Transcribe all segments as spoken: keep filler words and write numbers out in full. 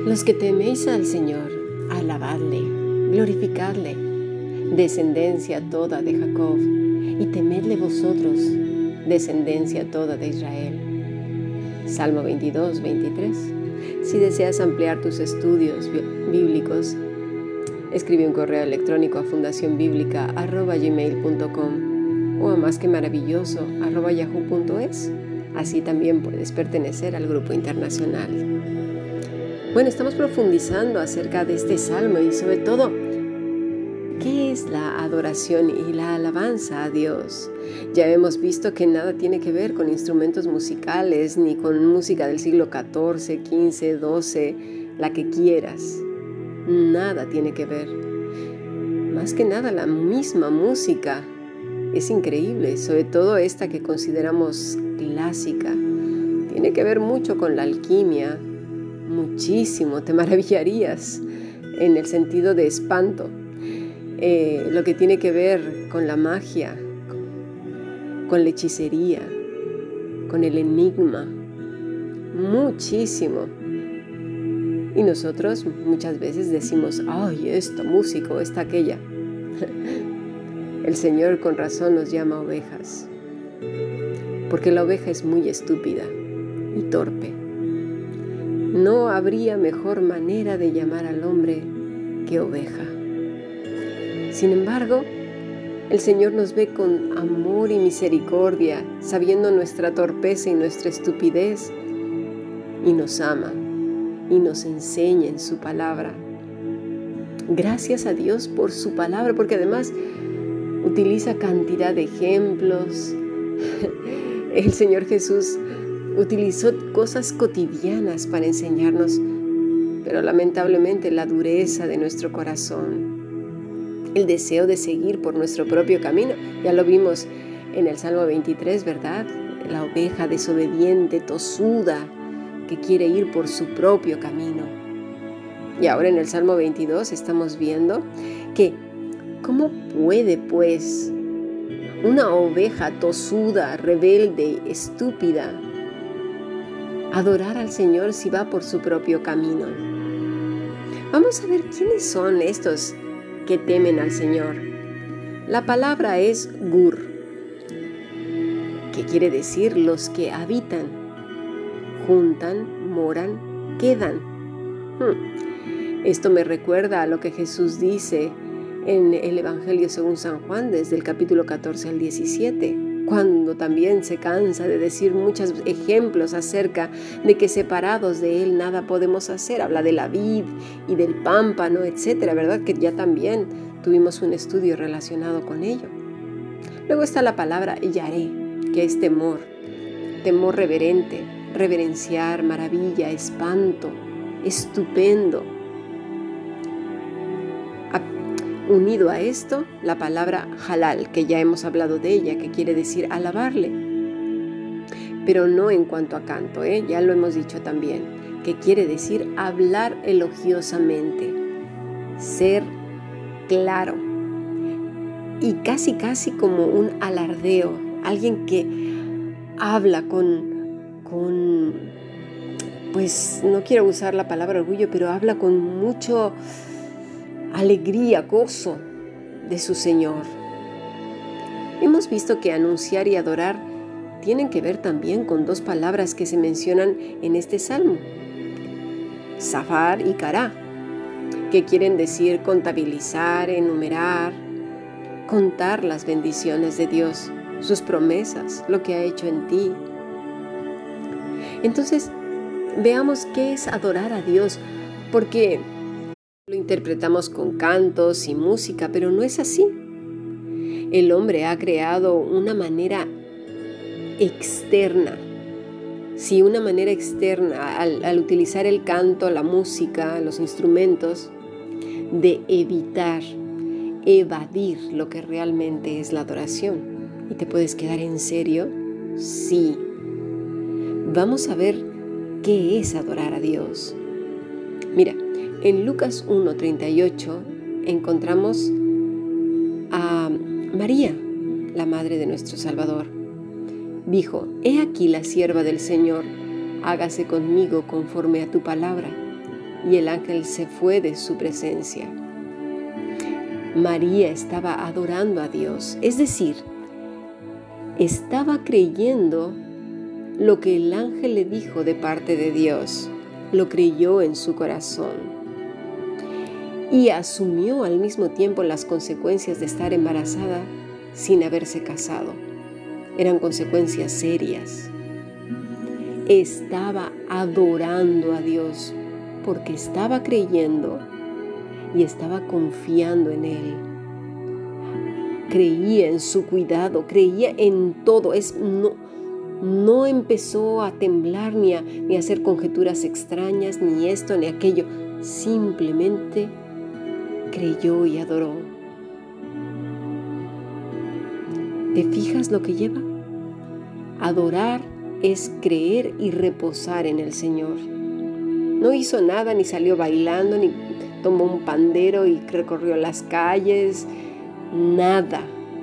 Los que teméis al Señor, alabadle, glorificadle, descendencia toda de Jacob, y temedle vosotros, descendencia toda de Israel. Salmo veintidós, veintitrés. Si deseas ampliar tus estudios bíblicos, escribe un correo electrónico a fundación bíblica arroba gmail punto com o a más que maravilloso arroba yahoo punto es. Así también puedes pertenecer al grupo internacional. Bueno, estamos profundizando acerca de este salmo y sobre todo, ¿qué es la adoración y la alabanza a Dios? Ya hemos visto que nada tiene que ver con instrumentos musicales, ni con música del siglo catorce, quince, doce, la que quieras. Nada tiene que ver. Más que nada, la misma música es increíble, sobre todo esta que consideramos clásica. Tiene que ver mucho con la alquimia, muchísimo, te maravillarías en el sentido de espanto. Eh, lo que tiene que ver con la magia, con la hechicería, con el enigma, muchísimo. Y nosotros muchas veces decimos, ay, esto, músico, esta, aquella. El Señor con razón nos llama ovejas, porque la oveja es muy estúpida y torpe. No habría mejor manera de llamar al hombre que oveja. Sin embargo, el Señor nos ve con amor y misericordia, sabiendo nuestra torpeza y nuestra estupidez, y nos ama y nos enseña en su palabra. Gracias a Dios por su palabra, porque además utiliza cantidad de ejemplos. El Señor Jesús utilizó cosas cotidianas para enseñarnos, pero lamentablemente la dureza de nuestro corazón, el deseo de seguir por nuestro propio camino, ya lo vimos en el Salmo veintitrés, ¿verdad? La oveja desobediente, tosuda, que quiere ir por su propio camino. Y ahora en el Salmo veintidós estamos viendo que ¿cómo puede, pues, una oveja tosuda, rebelde, estúpida, adorar al Señor si va por su propio camino? Vamos a ver quiénes son estos que temen al Señor. La palabra es gur, que quiere decir los que habitan, juntan, moran, quedan. Hmm. Esto me recuerda a lo que Jesús dice en el Evangelio según San Juan, desde el capítulo catorce al diecisiete, cuando también se cansa de decir muchos ejemplos acerca de que separados de Él nada podemos hacer. Habla de la vid y del pámpano, etcétera, ¿verdad? Que ya también tuvimos un estudio relacionado con ello. Luego está la palabra yaré, que es temor, temor reverente, reverenciar, maravilla, espanto, estupendo. Unido a esto, la palabra halal, que ya hemos hablado de ella, que quiere decir alabarle. Pero no en cuanto a canto, ¿eh? Ya lo hemos dicho también, que quiere decir hablar elogiosamente, ser claro y casi casi como un alardeo, alguien que habla con, con, pues no quiero usar la palabra orgullo, pero habla con mucho alegría, gozo de su Señor. Hemos visto que anunciar y adorar tienen que ver también con dos palabras que se mencionan en este salmo, Safar y Kará, que quieren decir contabilizar, enumerar, contar las bendiciones de Dios, sus promesas, lo que ha hecho en ti. Entonces, veamos qué es adorar a Dios, porque lo interpretamos con cantos y música, pero no es así. El hombre ha creado una manera externa, sí, una manera externa al, al utilizar el canto, la música, los instrumentos, de evitar, evadir lo que realmente es la adoración. ¿Y te puedes quedar en serio? Sí. Vamos a ver qué es adorar a Dios. Mira, en Lucas uno treinta y ocho encontramos a María, la madre de nuestro Salvador. Dijo: «He aquí la sierva del Señor, hágase conmigo conforme a tu palabra». y el ángel se fue de su presencia. María estaba adorando a Dios, es decir, estaba creyendo lo que el ángel le dijo de parte de Dios. Lo creyó en su corazón y asumió al mismo tiempo las consecuencias de estar embarazada sin haberse casado. Eran consecuencias serias. Estaba adorando a Dios porque estaba creyendo y estaba confiando en Él. Creía en su cuidado, creía en todo. Es, no, no empezó a temblar ni a, ni a hacer conjeturas extrañas, ni esto ni aquello. Simplemente creyó y adoró. ¿Te fijas lo que lleva? Adorar es creer y reposar en el Señor. No hizo nada, ni salió bailando, ni tomó un pandero y recorrió las calles, nada.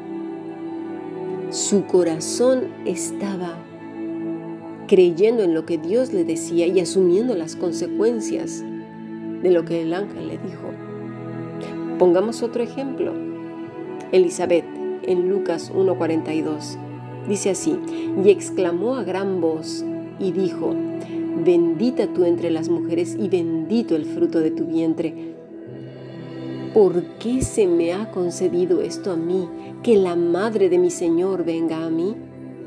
Su corazón estaba creyendo en lo que Dios le decía y asumiendo las consecuencias de lo que el ángel le dijo. Pongamos otro ejemplo. Elizabeth, en Lucas uno cuarenta y dos, dice así: y exclamó a gran voz y dijo: bendita tú entre las mujeres y bendito el fruto de tu vientre. ¿Por qué se me ha concedido esto a mí, que la madre de mi Señor venga a mí?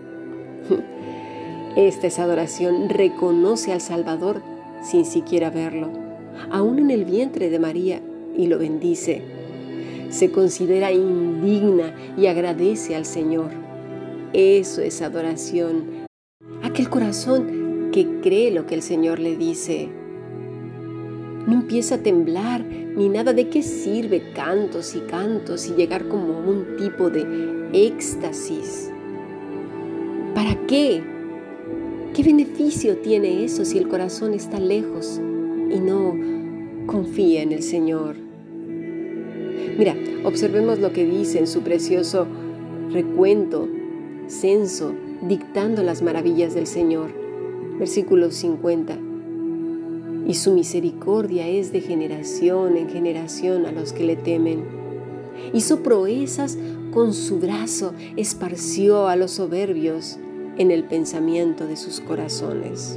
Esta es adoración, reconoce al Salvador sin siquiera verlo, aún en el vientre de María, y lo bendice. Se considera indigna y agradece al Señor. Eso es adoración. Aquel corazón que cree lo que el Señor le dice. No empieza a temblar ni nada. ¿De qué sirve cantos y cantos y llegar como a un tipo de éxtasis? ¿Para qué? ¿Qué beneficio tiene eso si el corazón está lejos y no confía en el Señor? Mira, observemos lo que dice en su precioso recuento, censo, dictando las maravillas del Señor. Versículo cincuenta. Y su misericordia es de generación en generación a los que le temen. Hizo proezas con su brazo, esparció a los soberbios en el pensamiento de sus corazones.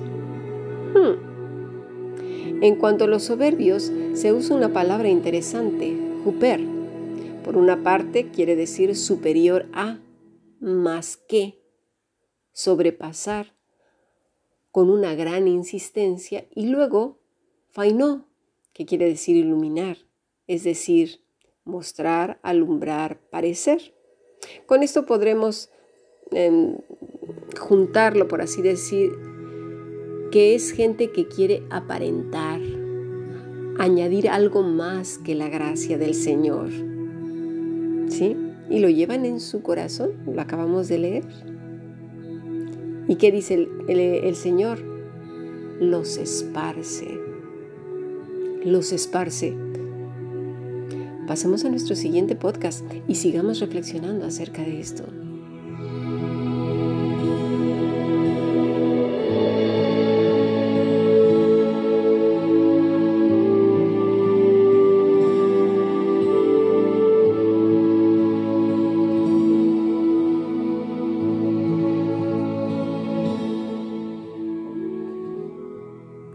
Hmm. En cuanto a los soberbios, se usa una palabra interesante, huper. Por una parte, quiere decir superior a, más que, sobrepasar, con una gran insistencia, y luego fainó, que quiere decir iluminar, es decir, mostrar, alumbrar, parecer. Con esto podremos eh, juntarlo, por así decir, que es gente que quiere aparentar, añadir algo más que la gracia del Señor, ¿sí? Y lo llevan en su corazón, lo acabamos de leer. ¿Y qué dice el, el, el Señor? Los esparce, los esparce. Pasemos a nuestro siguiente podcast y sigamos reflexionando acerca de esto.